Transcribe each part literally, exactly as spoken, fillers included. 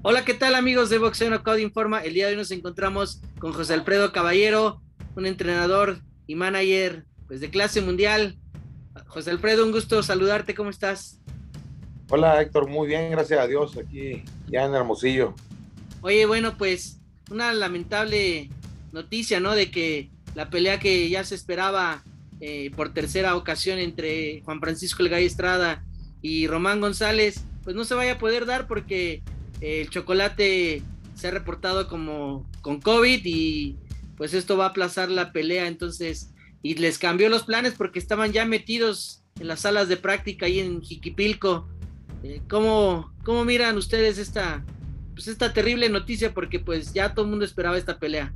Hola, ¿qué tal amigos de Boxeo Knockout Informa? El día de hoy nos encontramos con José Alfredo Caballero, un entrenador y manager pues, de clase mundial. José Alfredo, un gusto saludarte, ¿cómo estás? Hola Héctor, muy bien, gracias a Dios, aquí ya en Hermosillo. Oye, bueno, pues una lamentable noticia, ¿no? De que la pelea que ya se esperaba eh, por tercera ocasión entre Juan Francisco El Gallo Estrada y Román González, pues no se vaya a poder dar porque eh, el Chocolate se ha reportado como con COVID y pues esto va a aplazar la pelea, entonces, y les cambió los planes porque estaban ya metidos en las salas de práctica ahí en Jiquipilco. Eh, ¿cómo, ¿Cómo miran ustedes esta, pues esta terrible noticia? Porque pues ya todo el mundo esperaba esta pelea.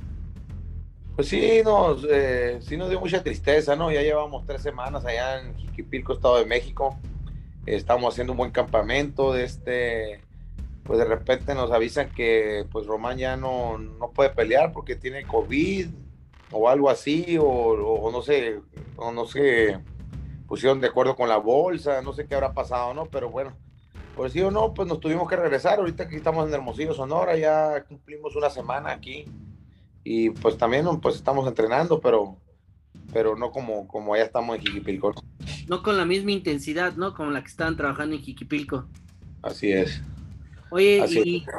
Pues sí, nos, eh, sí nos dio mucha tristeza, ¿no? Ya llevamos tres semanas allá en Jiquipilco, Estado de México. Estamos haciendo un buen campamento. De este, pues de repente nos avisan que pues Román ya no, no puede pelear porque tiene COVID o algo así, o, o no sé, o no sé, pusieron de acuerdo con la bolsa, no sé qué habrá pasado, ¿no? Pero bueno, por sí o no, pues nos tuvimos que regresar. Ahorita que estamos en Hermosillo, Sonora, ya cumplimos una semana aquí y pues también pues estamos entrenando, pero, pero no como, como ya estamos en Jiquipilco. No con la misma intensidad, ¿no? Como la que estaban trabajando en Jiquipilco. Así es, Oye, así es. ¿y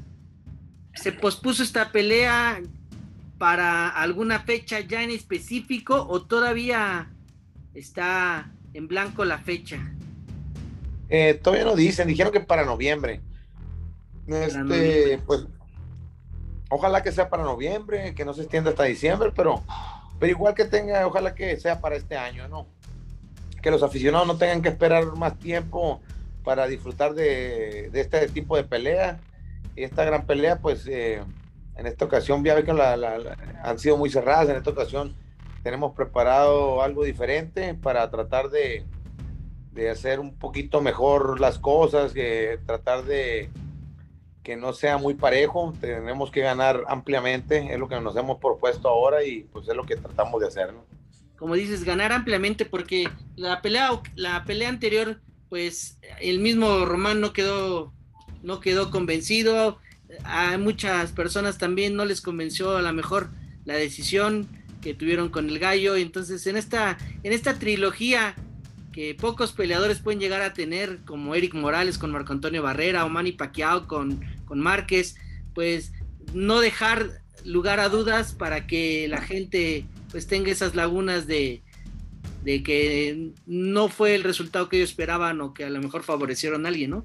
se pospuso esta pelea para alguna fecha ya en específico o todavía está en blanco la fecha? Eh, todavía no dicen, dijeron que para noviembre. Para Este, noviembre. pues ojalá que sea para noviembre, que no se extienda hasta diciembre, pero, pero igual que tenga, ojalá que sea para este año, ¿no? Que los aficionados no tengan que esperar más tiempo para disfrutar de, de este tipo de pelea. Y esta gran pelea, pues eh, en esta ocasión ya ve que la, la, la, han sido muy cerradas. En esta ocasión tenemos preparado algo diferente para tratar de, de hacer un poquito mejor las cosas, que tratar de que no sea muy parejo. Tenemos que ganar ampliamente, es lo que nos hemos propuesto ahora y pues es lo que tratamos de hacer, ¿no? Como dices, ganar ampliamente porque la pelea, la pelea anterior, pues el mismo Román no quedó, no quedó convencido. A muchas personas también no les convenció a lo mejor la decisión que tuvieron con el Gallo. Entonces, en esta, en esta trilogía que pocos peleadores pueden llegar a tener, como Eric Morales con Marco Antonio Barrera o Manny Pacquiao con, con Márquez, pues no dejar lugar a dudas para que la gente pues tenga esas lagunas de, de que no fue el resultado que ellos esperaban o que a lo mejor favorecieron a alguien, ¿no?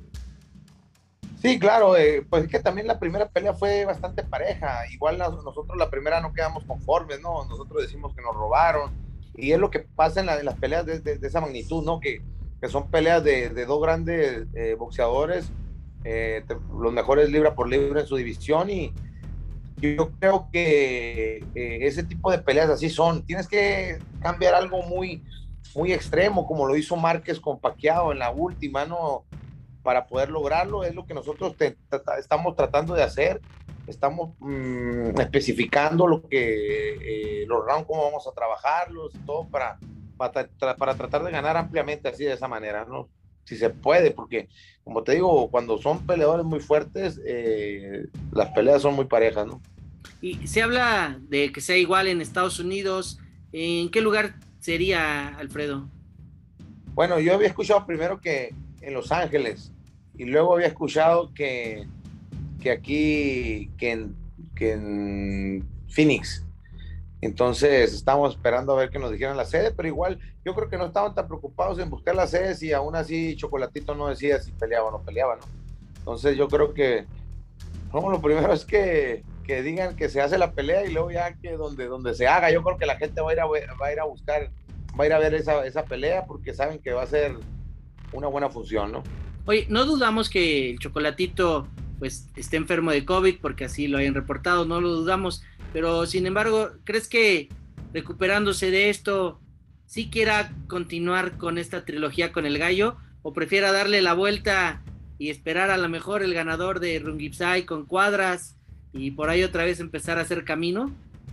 Sí, claro, eh, pues es que también la primera pelea fue bastante pareja. Igual las, nosotros la primera no quedamos conformes, ¿no? Nosotros decimos que nos robaron. Y es lo que pasa en, la, en las peleas de, de, de, esa magnitud, ¿no? Que, que son peleas de, de dos grandes eh, boxeadores, eh, te, los mejores libra por libra en su división. Y yo creo que eh, ese tipo de peleas así son. Tienes que cambiar algo muy, muy extremo, como lo hizo Márquez con Pacquiao en la última, ¿no? Para poder lograrlo, es lo que nosotros te, te, estamos tratando de hacer. Estamos mmm, especificando lo que, eh, los rounds, cómo vamos a trabajarlos y todo para, para, tra para tratar de ganar ampliamente así de esa manera, ¿no? Si se puede, porque como te digo, cuando son peleadores muy fuertes, eh, las peleas son muy parejas, ¿no? Y se habla de que sea igual en Estados Unidos. ¿En qué lugar sería, Alfredo? Bueno, yo había escuchado primero que en Los Ángeles y luego había escuchado que, que aquí, que en, que en Phoenix. Entonces estábamos esperando a ver que nos dijeran la sede, pero igual yo creo que no estaban tan preocupados en buscar la sede si aún así Chocolatito no decía si peleaba o no peleaba, ¿no? Entonces yo creo que no, lo primero es que, que digan que se hace la pelea y luego ya que donde, donde se haga, yo creo que la gente va a ir a, va a, ir a buscar, va a ir a ver esa, esa pelea porque saben que va a ser una buena función, ¿no? Oye, no dudamos que el Chocolatito pues esté enfermo de COVID porque así lo hayan reportado, no lo dudamos, pero sin embargo, ¿crees que recuperándose de esto sí quiera continuar con esta trilogía con el Gallo o prefiera darle la vuelta y esperar a lo mejor el ganador de Rungipsai con Cuadras y por ahí otra vez empezar a hacer camino?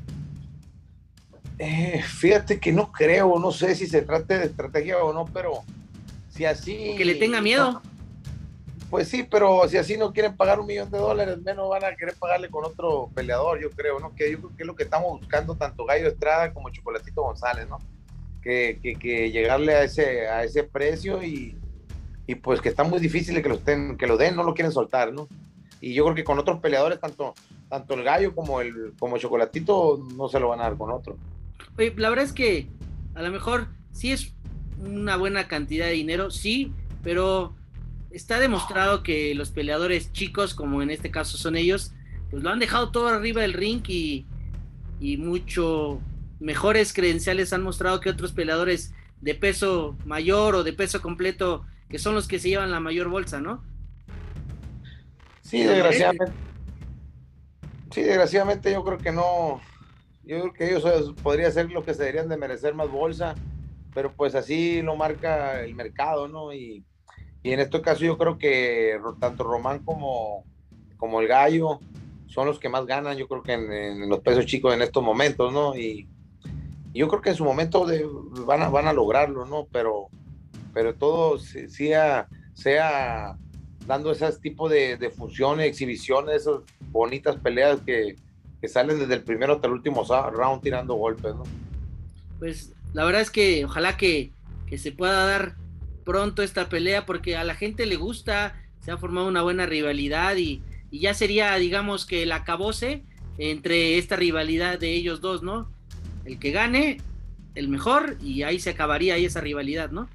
Eh, fíjate que no creo, no sé si se trate de estrategia o no, pero si ¿O que le tenga así, miedo? no, Pues sí, pero si así no quieren pagar un millón de dólares, menos van a querer pagarle con otro peleador, yo creo, ¿no? Que yo creo que es lo que estamos buscando tanto Gallo Estrada como Chocolatito González, ¿no? Que, que, que llegarle a ese, a ese precio y, y pues que está muy difícil que lo, estén, que lo den, no lo quieren soltar, ¿no? Y yo creo que con otros peleadores, tanto, tanto el Gallo como el, como el Chocolatito, no se lo van a dar con otro. Oye, la verdad es que a lo mejor sí es una buena cantidad de dinero, sí, pero está demostrado que los peleadores chicos, como en este caso son ellos, pues lo han dejado todo arriba del ring y, y mucho mejores credenciales han mostrado que otros peleadores de peso mayor o de peso completo, que son los que se llevan la mayor bolsa, ¿no? Sí, desgraciadamente. Sí, desgraciadamente yo creo que no, yo creo que ellos podría ser los que se deberían de merecer más bolsa, pero pues así lo marca el mercado, ¿no? Y, y en este caso yo creo que tanto Román como, como el Gallo son los que más ganan, yo creo que en, en los pesos chicos en estos momentos, ¿no? Y, y yo creo que en su momento de, van, a, van a lograrlo, ¿no? Pero, pero todo sea, sea dando ese tipo de, de funciones, exhibiciones, esas bonitas peleas que, que salen desde el primero hasta el último round tirando golpes, ¿no? Pues la verdad es que ojalá que, que se pueda dar pronto esta pelea porque a la gente le gusta, se ha formado una buena rivalidad y, y ya sería, digamos, que el acabose entre esta rivalidad de ellos dos, ¿no? El que gane, el mejor, y ahí se acabaría ahí esa rivalidad, ¿no?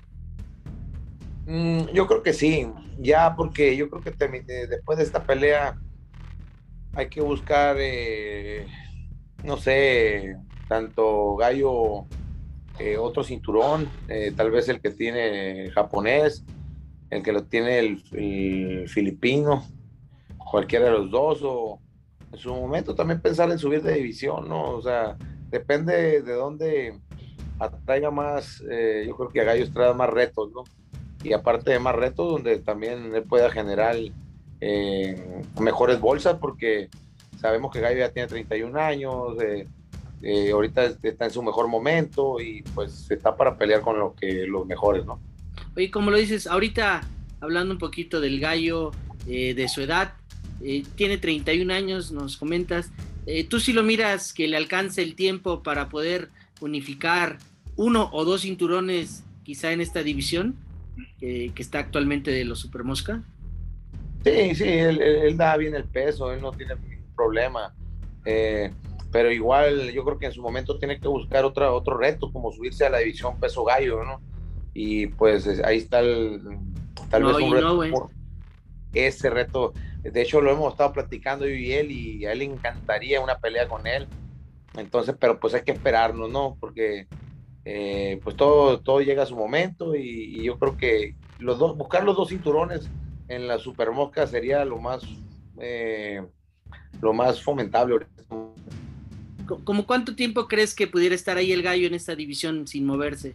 Mm, yo creo que sí, ya porque yo creo que te, después de esta pelea hay que buscar, eh, no sé, tanto Gallo, eh, otro cinturón, eh, tal vez el que tiene el japonés, el que lo tiene el, el filipino, cualquiera de los dos, o en su momento también pensar en subir de división, ¿no? O sea, depende de dónde atraiga más, eh, yo creo que a Gallo Estrada más retos, ¿no? Y aparte de más retos, donde también él pueda generar eh, mejores bolsas, porque sabemos que Gallo ya tiene treinta y un años, eh, eh, ahorita está en su mejor momento y pues está para pelear con lo que, los mejores, ¿no? Oye, como lo dices, ahorita hablando un poquito del Gallo, eh, de su edad, eh, tiene treinta y un años, nos comentas, eh, ¿tú sí lo miras que le alcance el tiempo para poder unificar uno o dos cinturones quizá en esta división que, que está actualmente de los Super Mosca? Sí, sí, él, él, él da bien el peso, él no tiene ningún problema, eh, pero igual yo creo que en su momento tiene que buscar otra, otro reto, como subirse a la división peso gallo, ¿no? Y pues ahí está el, tal no, vez un reto, no, ese reto, de hecho lo hemos estado platicando yo y él, y a él le encantaría una pelea con él, entonces, pero pues hay que esperarnos, ¿no? Porque eh, pues todo, todo llega a su momento y, y yo creo que los dos, buscar los dos cinturones en la Super Mosca sería lo más eh, lo más fomentable. ¿Cómo cuánto tiempo crees que pudiera estar ahí el Gallo en esta división sin moverse?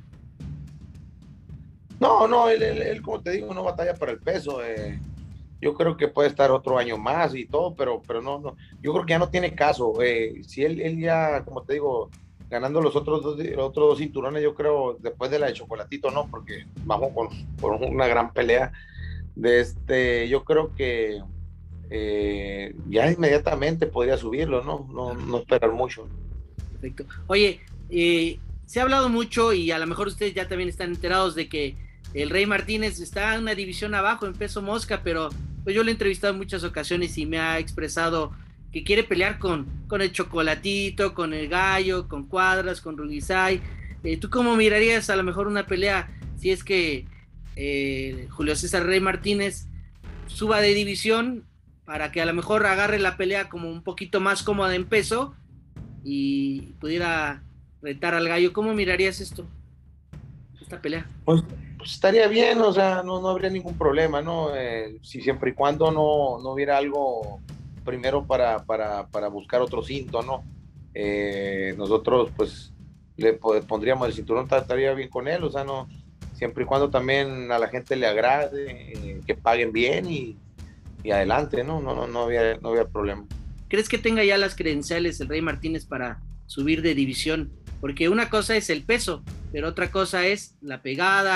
No, no, él, él, él como te digo, no batalla para el peso. Eh, yo creo que puede estar otro año más y todo, pero, pero no, no, yo creo que ya no tiene caso. Eh, si él, él ya, como te digo, ganando los otros dos, los otros dos cinturones, yo creo, después de la de Chocolatito, no, porque vamos con, con una gran pelea. De este, yo creo que eh, ya inmediatamente podría subirlo, ¿no? No, no esperar mucho. Perfecto. Oye, eh, se ha hablado mucho y a lo mejor ustedes ya también están enterados de que el Rey Martínez está en una división abajo en peso mosca, pero pues yo lo he entrevistado en muchas ocasiones y me ha expresado que quiere pelear con, con el Chocolatito, con el Gallo, con Cuadras, con Rugizay. Eh, ¿Tú cómo mirarías a lo mejor una pelea si es que eh, Julio César Rey Martínez suba de división para que a lo mejor agarre la pelea como un poquito más cómoda en peso y pudiera retar al Gallo? ¿Cómo mirarías esto? Esta pelea. Pues, pues estaría bien, o sea, no, no habría ningún problema, ¿no? Eh, si siempre y cuando no, no hubiera algo primero para, para, para buscar otro cinto, ¿no? Eh, nosotros, pues, le pondríamos el cinturón, estaría bien con él, o sea, no, siempre y cuando también a la gente le agrade, eh, que paguen bien y, y adelante, ¿no? No, no, no había, no había problema. ¿Crees que tenga ya las credenciales el Rey Martínez para subir de división? Porque una cosa es el peso, pero otra cosa es la pegada,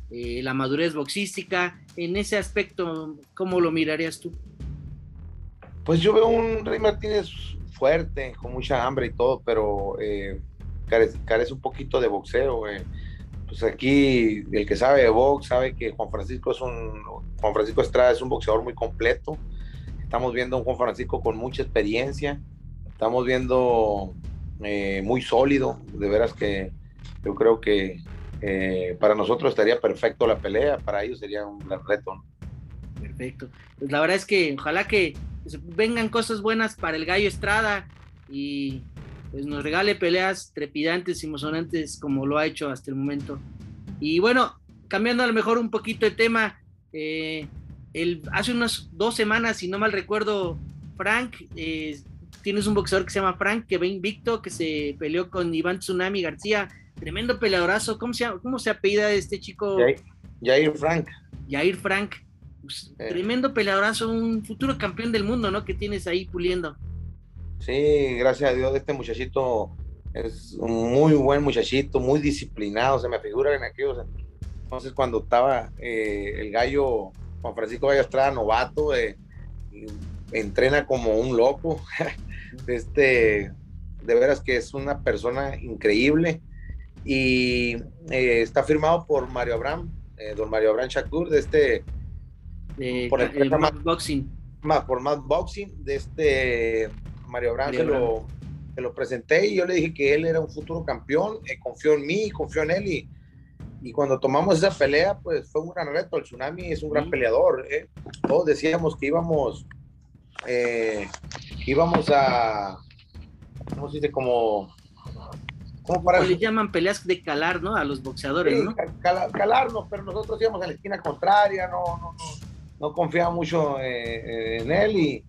eh, la madurez boxística. En ese aspecto, ¿cómo lo mirarías tú? Pues yo veo un Rey Martínez fuerte, con mucha hambre y todo, pero eh, carece, carece un poquito de boxeo. Eh. Pues aquí el que sabe de box sabe que Juan Francisco es un Juan Francisco Estrada es un boxeador muy completo. Estamos viendo a un Juan Francisco con mucha experiencia, estamos viendo eh, muy sólido, de veras que yo creo que eh, para nosotros estaría perfecto la pelea, para ellos sería un gran reto, ¿no? Perfecto. Pues la verdad es que ojalá que pues, vengan cosas buenas para el Gallo Estrada y pues nos regale peleas trepidantes y emocionantes como lo ha hecho hasta el momento. Y bueno, cambiando a lo mejor un poquito de tema, eh, el, hace unas dos semanas, si no mal recuerdo, Frank, eh, tienes un boxeador que se llama Frank, que va invicto, que se peleó con Iván Tsunami García, tremendo peleadorazo. ¿Cómo se, cómo se apellida este chico? Jair, Jair Frank. Jair Frank. Pues, eh. Tremendo peleadorazo, un futuro campeón del mundo, ¿no? Que tienes ahí puliendo. Sí, gracias a Dios, este muchachito es un muy buen muchachito, muy disciplinado, se me figura en aquellos entonces cuando estaba eh, el gallo, Juan Francisco Gallo Estrada, novato, eh, entrena como un loco, este, de veras que es una persona increíble, y eh, está firmado por Mario Abraham, eh, don Mario Abraham Shakur, de este, de, por el, el Mad Boxing. Más, por Mad Boxing, de este Mario Abraham, Mario se, Abraham. Lo, se lo presenté y yo le dije que él era un futuro campeón, eh, confió en mí, confió en él, y, y cuando tomamos esa pelea, pues fue un gran reto. El Tsunami es un gran sí. peleador, eh. Todos decíamos que íbamos, eh, íbamos a, ¿cómo se dice? Como... Como para le llaman peleas de calar, ¿no? A los boxeadores, sí, ¿no? Cal, calarnos, pero nosotros íbamos a la esquina contraria, no, no, no, no confiaba mucho eh, en él, y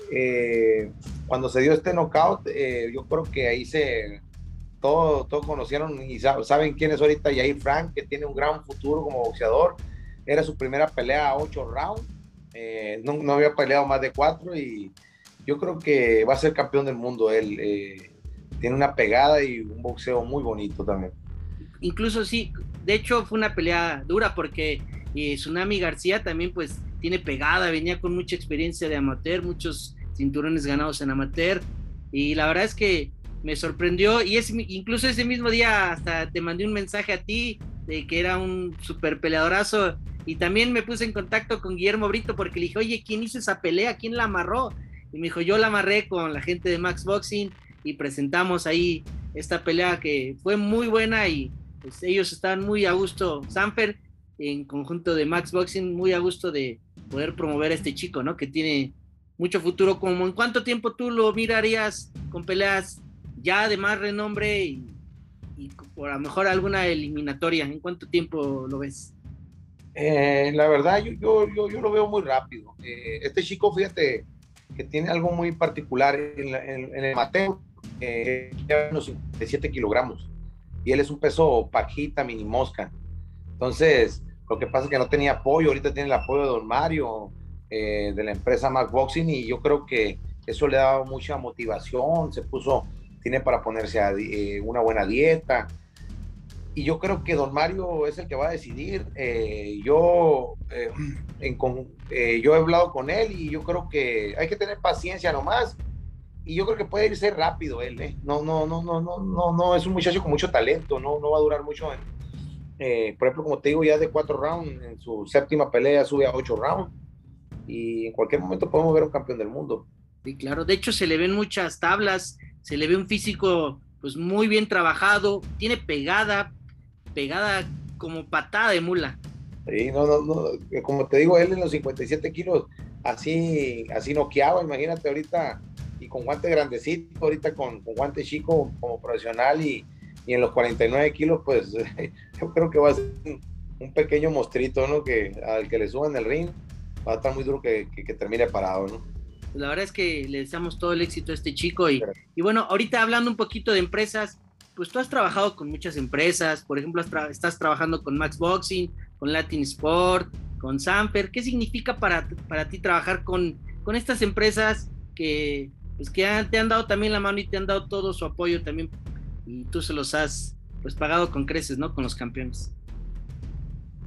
eh, cuando se dio este knockout, eh, yo creo que ahí se, todos todo conocieron y saben quién es ahorita Jair Frank, que tiene un gran futuro como boxeador. Era su primera pelea a ocho rounds, eh, no, no había peleado más de cuatro, y yo creo que va a ser campeón del mundo él. Eh, tiene una pegada y un boxeo muy bonito también. Incluso sí, de hecho fue una pelea dura porque eh, Tsunami García también pues tiene pegada, venía con mucha experiencia de amateur, muchos cinturones ganados en amateur, y la verdad es que me sorprendió, y es, incluso ese mismo día hasta te mandé un mensaje a ti de que era un super peleadorazo, y también me puse en contacto con Guillermo Brito porque le dije, oye, ¿quién hizo esa pelea? ¿Quién la amarró? Y me dijo, yo la amarré con la gente de Max Boxing, y presentamos ahí esta pelea que fue muy buena, y pues ellos estaban muy a gusto, Sanfer en conjunto de Max Boxing, muy a gusto de poder promover a este chico, ¿no? Que tiene mucho futuro. Como ¿en cuánto tiempo tú lo mirarías con peleas ya de más renombre y, y por a lo mejor alguna eliminatoria? ¿En cuánto tiempo lo ves? Eh, la verdad, yo, yo, yo, yo lo veo muy rápido. Eh, este chico, fíjate, que tiene algo muy particular en, la, en, en el amateur. Eh, unos cincuenta y siete kilogramos y él es un peso pajita, mini mosca. Entonces lo que pasa es que no tenía apoyo, ahorita tiene el apoyo de don Mario, eh, de la empresa Max Boxing, y yo creo que eso le ha dado mucha motivación, se puso, tiene para ponerse a eh, una buena dieta, y yo creo que don Mario es el que va a decidir. eh, yo eh, en, con, eh, yo he hablado con él y yo creo que hay que tener paciencia nomás. Y yo creo que puede irse rápido él, ¿eh? No, no, no, no, no, no, no, es un muchacho con mucho talento, no, no va a durar mucho. En, eh, por ejemplo, como te digo, ya de cuatro rounds, en su séptima pelea sube a ocho rounds, y en cualquier momento podemos ver un campeón del mundo. Sí, claro, de hecho se le ven muchas tablas, se le ve un físico pues muy bien trabajado, tiene pegada, pegada como patada de mula. Sí, no, no, no, como te digo, él en los cincuenta y siete kilos, así, así noqueaba, imagínate ahorita, y con guante grandecito, ahorita con, con guante chico como profesional, y, y en los cuarenta y nueve kilos, pues yo creo que va a ser un, un pequeño mostrito, ¿no? Que al que le suban el ring va a estar muy duro que, que, que termine parado, ¿no? La verdad es que le deseamos todo el éxito a este chico, y, y bueno, ahorita hablando un poquito de empresas, pues tú has trabajado con muchas empresas, por ejemplo, tra- estás trabajando con Max Boxing, con Latin Sport, con Sanfer. ¿Qué significa para, para ti trabajar con, con estas empresas que pues que han, te han dado también la mano y te han dado todo su apoyo también, y tú se los has pues pagado con creces, ¿no? Con los campeones.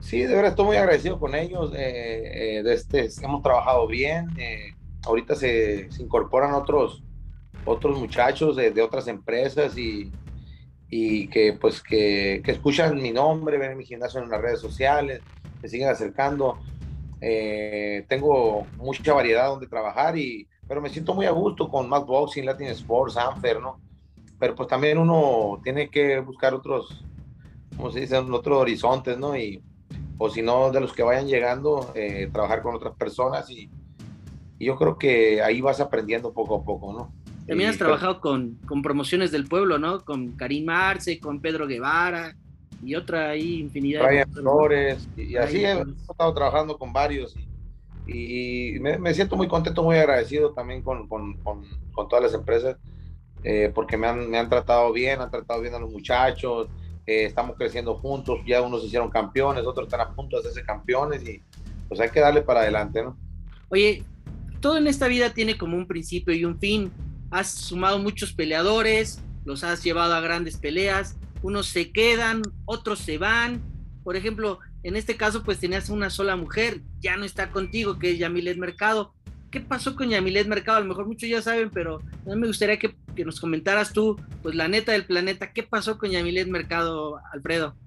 Sí, de verdad estoy muy agradecido con ellos. Eh, eh, de este, hemos trabajado bien. Eh, ahorita se, se incorporan otros, otros muchachos de, de otras empresas y, y que pues que, que escuchan mi nombre, ven mi gimnasio en las redes sociales, me siguen acercando. Eh, tengo mucha variedad donde trabajar, y, pero me siento muy a gusto con Max Boxing, Latin Sports, Anfer, ¿no? Pero pues también uno tiene que buscar otros, ¿cómo se dice? Otros horizontes, ¿no? Y, o si no, de los que vayan llegando, eh, trabajar con otras personas, y, y, yo creo que ahí vas aprendiendo poco a poco, ¿no? También has Y, pero, trabajado con, con promociones del pueblo, ¿no? Con Karim Arce, con Pedro Guevara y otra ahí infinidad de Brian boxeadores, ¿no? Flores, y, y así Brian he Flores. estado trabajando con varios, y, y me, me, siento muy contento, muy agradecido también con, con, con, con todas las empresas, eh, porque me han, me han tratado bien, han tratado bien a los muchachos, eh, estamos creciendo juntos, ya unos se hicieron campeones, otros están a punto de hacerse campeones, y pues hay que darle para adelante, ¿no? Oye, todo en esta vida tiene como un principio y un fin. Has sumado muchos peleadores, los has llevado a grandes peleas, unos se quedan, otros se van. Por ejemplo, en este caso, pues tenías una sola mujer, ya no está contigo, que es Yamilet Mercado. ¿Qué pasó con Yamilet Mercado? A lo mejor muchos ya saben, pero a mí me gustaría que, que nos comentaras tú, pues la neta del planeta, ¿qué pasó con Yamilet Mercado, Alfredo?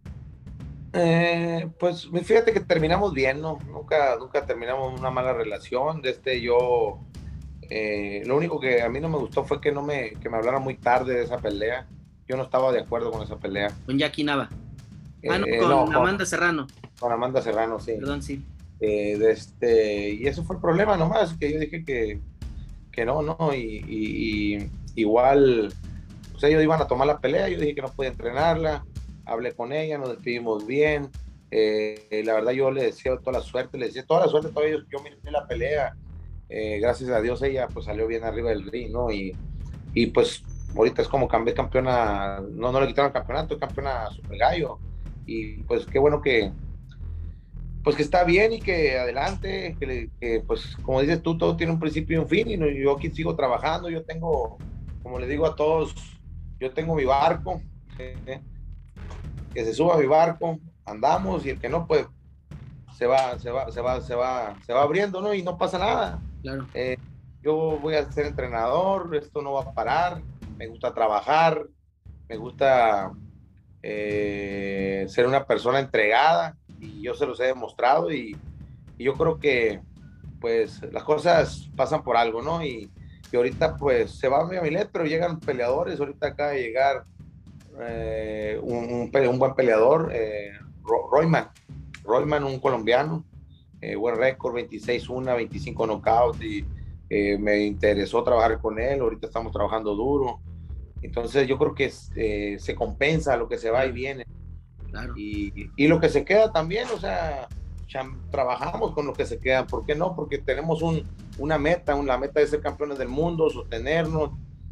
Eh, pues fíjate que terminamos bien, ¿no? Nunca, nunca terminamos una mala relación. De este yo, eh, lo único que a mí no me gustó fue que no me, que me hablaran muy tarde de esa pelea. Yo no estaba de acuerdo con esa pelea. Con Jackie Nava. Ah, no, Eh, eh, no, con con, Amanda Serrano. con Amanda Serrano, sí. Perdón, sí. Eh, de este, y eso fue el problema nomás, que yo dije que, que no, no, y, y, y igual, pues ellos iban a tomar la pelea, yo dije que no podía entrenarla, hablé con ella, nos despedimos bien, eh, la verdad yo le deseo toda la suerte, le decía toda la suerte a todos ellos, yo miré la pelea, eh, gracias a Dios ella pues salió bien arriba del ring, ¿no? Y, y pues ahorita es como cambié campeona, no, no le quitaron el campeonato, campeona super gallo, y pues qué bueno que, pues que está bien y que adelante, que, le, que, pues como dices tú, todo tiene un principio y un fin, y no, yo aquí sigo trabajando, yo tengo, como le digo a todos, yo tengo mi barco, eh, que se suba a mi barco, andamos, y el que no, pues se va, se va, se va, se va, se va abriendo, ¿no? Y no pasa nada. Claro. Eh, yo voy a ser entrenador, esto no va a parar, me gusta trabajar, me gusta eh, ser una persona entregada, y yo se los he demostrado, y, y yo creo que pues las cosas pasan por algo, ¿no? Y, y ahorita pues se va a Milet, pero llegan peleadores, ahorita acaba de llegar eh, un, un, un, buen peleador, eh, Royman, Royman, un colombiano, eh, buen récord, veintiséis uno, veinticinco knockouts, y eh, me interesó trabajar con él, ahorita estamos trabajando duro, entonces yo creo que eh, se compensa lo que se va y viene. Claro. Y, y lo que se queda también, o sea, trabajamos con lo que se queda, ¿por qué no? Porque tenemos un, una meta, una meta de ser campeones del mundo, sostenernos,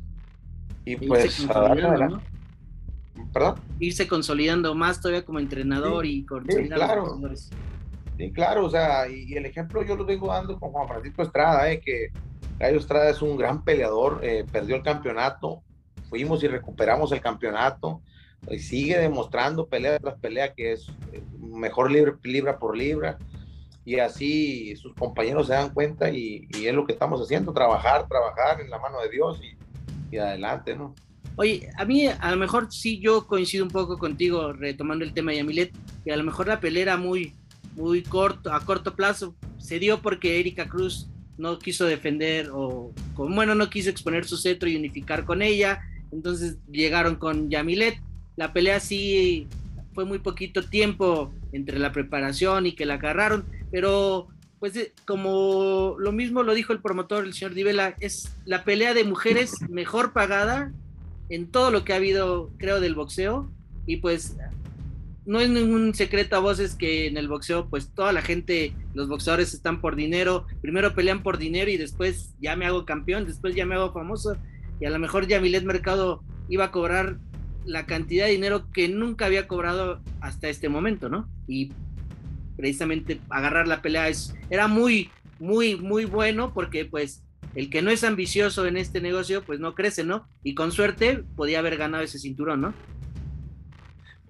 y pues a darle adelante. ¿No? ¿Perdón? Irse consolidando más todavía como entrenador, sí, y consolidar, sí, claro. los jugadores. Sí, claro, o sea, y, y el ejemplo yo lo vengo dando con Juan Francisco Estrada, eh, que Gallo Estrada es un gran peleador, eh, perdió el campeonato, fuimos y recuperamos el campeonato, y sigue demostrando pelea tras pelea que es mejor libra, libra por libra, y así sus compañeros se dan cuenta, y, y es lo que estamos haciendo, trabajar, trabajar en la mano de Dios, y, y adelante, ¿no? Oye, a mí a lo mejor sí yo coincido un poco contigo, retomando el tema de Yamilet, que a lo mejor la pelea era muy, muy corto, a corto plazo, se dio porque Erika Cruz no quiso defender, o como, bueno, no quiso exponer su cetro y unificar con ella, entonces llegaron con Yamilet. La pelea sí fue muy poquito tiempo entre la preparación y que la agarraron, pero pues como lo mismo lo dijo el promotor, el señor Divela, es la pelea de mujeres mejor pagada en todo lo que ha habido, creo, del boxeo, y pues no es ningún secreto a voces que en el boxeo, pues toda la gente, los boxeadores están por dinero, primero pelean por dinero y después ya me hago campeón, después ya me hago famoso, y a lo mejor Yamilet Mercado iba a cobrar la cantidad de dinero que nunca había cobrado hasta este momento, ¿no? Y precisamente agarrar la pelea es, era muy, muy, muy bueno, porque pues el que no es ambicioso en este negocio, pues no crece, ¿no? Y con suerte podía haber ganado ese cinturón, ¿no?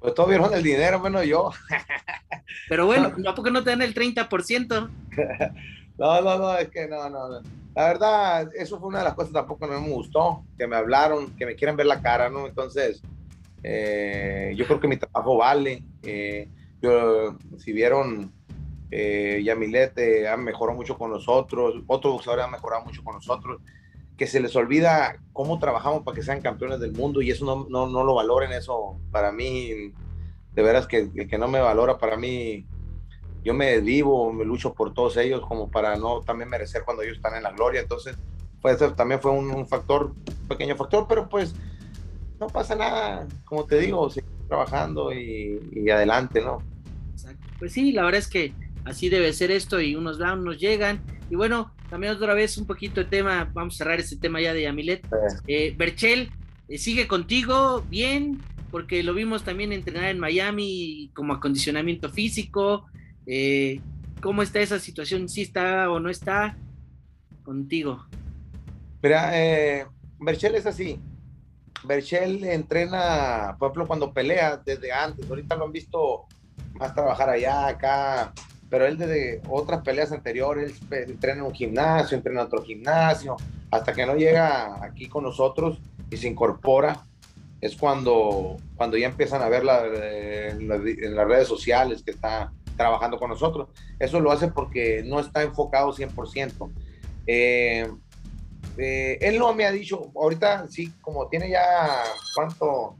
Pues todos vieron el dinero, menos yo. Pero bueno, ¿a poco no te dan el treinta por ciento? No, no, no, es que no, no, no. La verdad, eso fue una de las cosas tampoco no me gustó, que me hablaron, que me quieren ver la cara, ¿no? Entonces, eh, yo creo que mi trabajo vale. Eh, yo, si vieron, eh, Yamilet eh, ha mejorado mucho con nosotros, otros boxeadores han mejorado mucho con nosotros, que se les olvida cómo trabajamos para que sean campeones del mundo y eso no, no, no lo valoren, eso para mí, de veras que el que no me valora, para mí, yo me vivo, me lucho por todos ellos como para no también merecer cuando ellos están en la gloria. Entonces, pues eso también fue un, un factor, un pequeño factor, pero pues no pasa nada, como te digo, seguir trabajando y, y adelante, ¿no? Exacto. Pues sí, la verdad es que así debe ser esto y unos van, unos llegan. Y bueno, también otra vez un poquito de tema, vamos a cerrar este tema ya de Yamilet. Eh, Berchel, eh, ¿sigue contigo bien? Porque lo vimos también entrenar en Miami como acondicionamiento físico. Eh, ¿Cómo está esa situación? ¿Sí está o no está contigo? Mira, eh, Berchel es así. Berchel entrena, por ejemplo, cuando pelea desde antes. Ahorita lo han visto más trabajar allá, acá, pero él desde otras peleas anteriores entrena en un gimnasio, entrena en otro gimnasio, hasta que no llega aquí con nosotros y se incorpora. Es cuando, cuando ya empiezan a ver la, en, la, en las redes sociales que está trabajando con nosotros. Eso lo hace porque no está enfocado cien por ciento. Eh, eh, él no me ha dicho, ahorita sí, como tiene ya, ¿cuánto?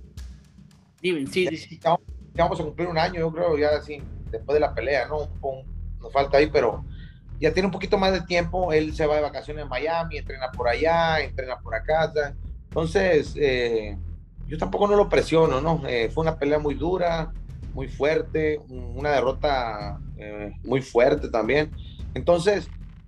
Dime, sí, Ya, sí. ya, ya vamos a cumplir un año, yo creo, ya así, después de la pelea, ¿no? Un, un, nos falta ahí, pero ya tiene un poquito más de tiempo. Él se va de vacaciones a Miami, entrena por allá, entrena por acá. Entonces, eh, yo tampoco no lo presiono, ¿no? Eh, fue una pelea muy dura, muy fuerte, una derrota eh, muy fuerte también. Entonces,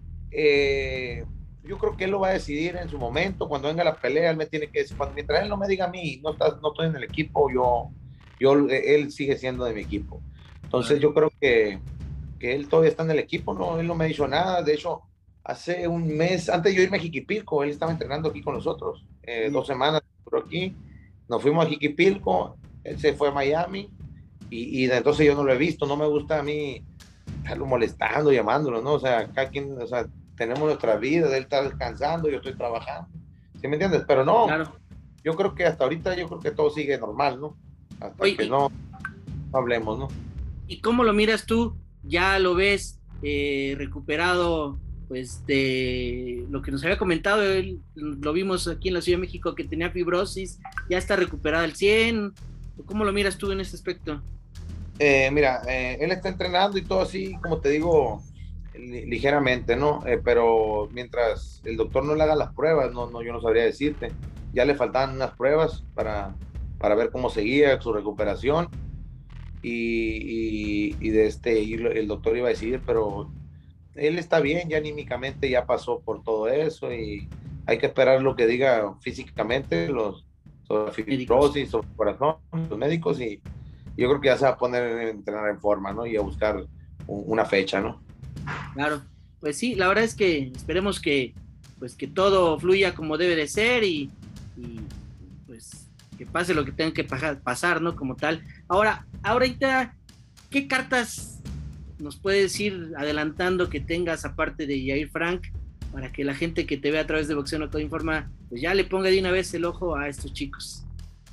eh, yo creo que él lo va a decidir en su momento, cuando venga la pelea, él me tiene que decir, cuando, mientras él no me diga a mí, no, estás, no estoy en el equipo, yo, yo, él sigue siendo de mi equipo. Entonces, yo creo que, que él todavía está en el equipo, no, él no me ha dicho nada. De hecho, hace un mes, antes de yo irme a Jiquipilco, él estaba entrenando aquí con nosotros, eh, dos semanas por aquí, nos fuimos a Jiquipilco, él se fue a Miami, y, y entonces yo no lo he visto. No me gusta a mí estarlo molestando, llamándolo, ¿no? O sea, acá quien, o sea, tenemos nuestra vida, él está descansando, yo estoy trabajando, ¿sí me entiendes? Pero no, Claro. yo creo que hasta ahorita, yo creo que todo sigue normal, ¿no? Hasta Oye, que no, no hablemos, ¿no? ¿y cómo lo miras tú? ¿Ya lo ves eh, recuperado, pues, de lo que nos había comentado? Él, lo vimos aquí en la Ciudad de México que tenía fibrosis, ya está recuperado al cien. ¿Cómo lo miras tú en ese aspecto? Eh, mira, eh, él está entrenando y todo así, como te digo, li ligeramente, ¿no? Eh, pero mientras el doctor no le haga las pruebas, no, no, yo no sabría decirte. Ya le faltaban unas pruebas para, para ver cómo seguía su recuperación. Y, y, y de este, y el doctor iba a decidir, pero él está bien, ya anímicamente ya pasó por todo eso y hay que esperar lo que diga físicamente los sobre fibrosis, sobre el corazón, los médicos, y yo creo que ya se va a poner a entrenar en forma, ¿no? Y a buscar un, una fecha, ¿no? Claro, pues sí, la verdad es que esperemos que, pues, que todo fluya como debe de ser y, y pues que pase lo que tenga que pasar, ¿no? Como tal. Ahora, ahorita, ¿qué cartas nos puedes ir adelantando que tengas aparte de Yair Frank para que la gente que te ve a través de Boxeo No Todo Informa, pues ya le ponga de una vez el ojo a estos chicos?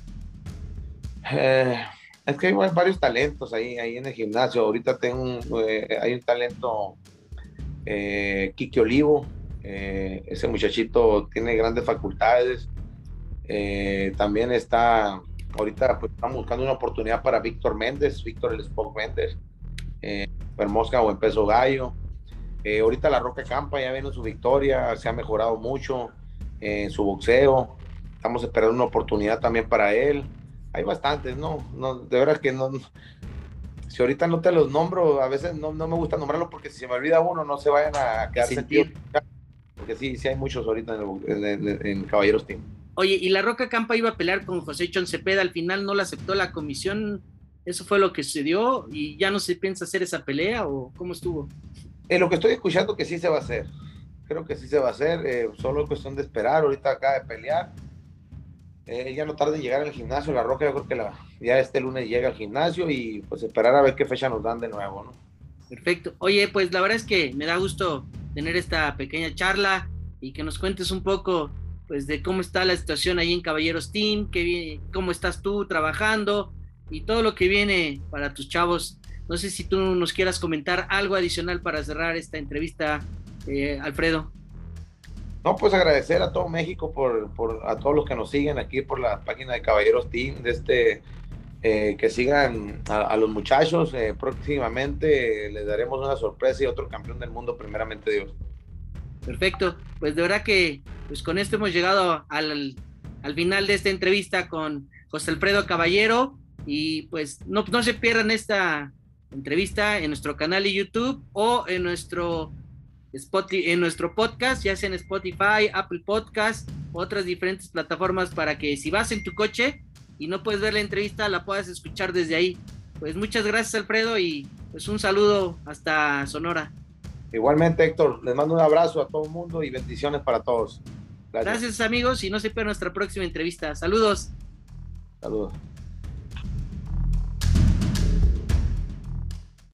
Eh, es que hay varios talentos ahí, ahí en el gimnasio. Ahorita tengo un, eh, hay un talento, eh, Kike Olivo, eh, ese muchachito tiene grandes facultades. Eh, también está, ahorita pues estamos buscando una oportunidad para Víctor Méndez, Víctor el Spock Méndez, eh, en Mosca o en Peso Gallo. Eh, ahorita La Roca Campa ya viene su victoria, se ha mejorado mucho en eh, su boxeo. Estamos esperando una oportunidad también para él. Hay bastantes, ¿no? no de verdad que no, si ahorita no te los nombro, a veces no, no me gusta nombrarlos porque si se me olvida uno, no se vayan a quedar sentidos. Porque sí, sí hay muchos ahorita en, en, en, en Caballeros Team. Oye, y La Roca Campa iba a pelear con José Chon Cepeda, al final no la aceptó la comisión. ¿Eso fue lo que sucedió y ya no se piensa hacer esa pelea o cómo estuvo? Eh, lo que estoy escuchando que sí se va a hacer. Creo que sí se va a hacer, eh, solo es cuestión de esperar. Ahorita acaba de pelear Eh, ya no tarda en llegar al gimnasio, La Roca, yo creo que la, ya este lunes llega al gimnasio y pues esperar a ver qué fecha nos dan de nuevo, ¿no? Perfecto. Oye, pues la verdad es que me da gusto tener esta pequeña charla y que nos cuentes un poco pues de cómo está la situación ahí en Caballeros Team, qué viene, cómo estás tú trabajando y todo lo que viene para tus chavos. No sé si tú nos quieras comentar algo adicional para cerrar esta entrevista, eh, Alfredo. No, pues agradecer a todo México por, por a todos los que nos siguen aquí por la página de Caballeros Team, de este, eh, que sigan a, a los muchachos. Eh, próximamente les daremos una sorpresa y otro campeón del mundo, primeramente Dios. Perfecto, pues de verdad que pues con esto hemos llegado al, al final de esta entrevista con José Alfredo Caballero y pues no, no se pierdan esta entrevista en nuestro canal de YouTube o en nuestro, Spotify, en nuestro podcast, ya sea en Spotify, Apple Podcast, otras diferentes plataformas para que si vas en tu coche y no puedes ver la entrevista la puedas escuchar desde ahí. Pues muchas gracias Alfredo y pues un saludo hasta Sonora. Igualmente, Héctor, les mando un abrazo a todo el mundo y bendiciones para todos. Gracias. Gracias amigos y no se pierdan nuestra próxima entrevista. Saludos. Saludos.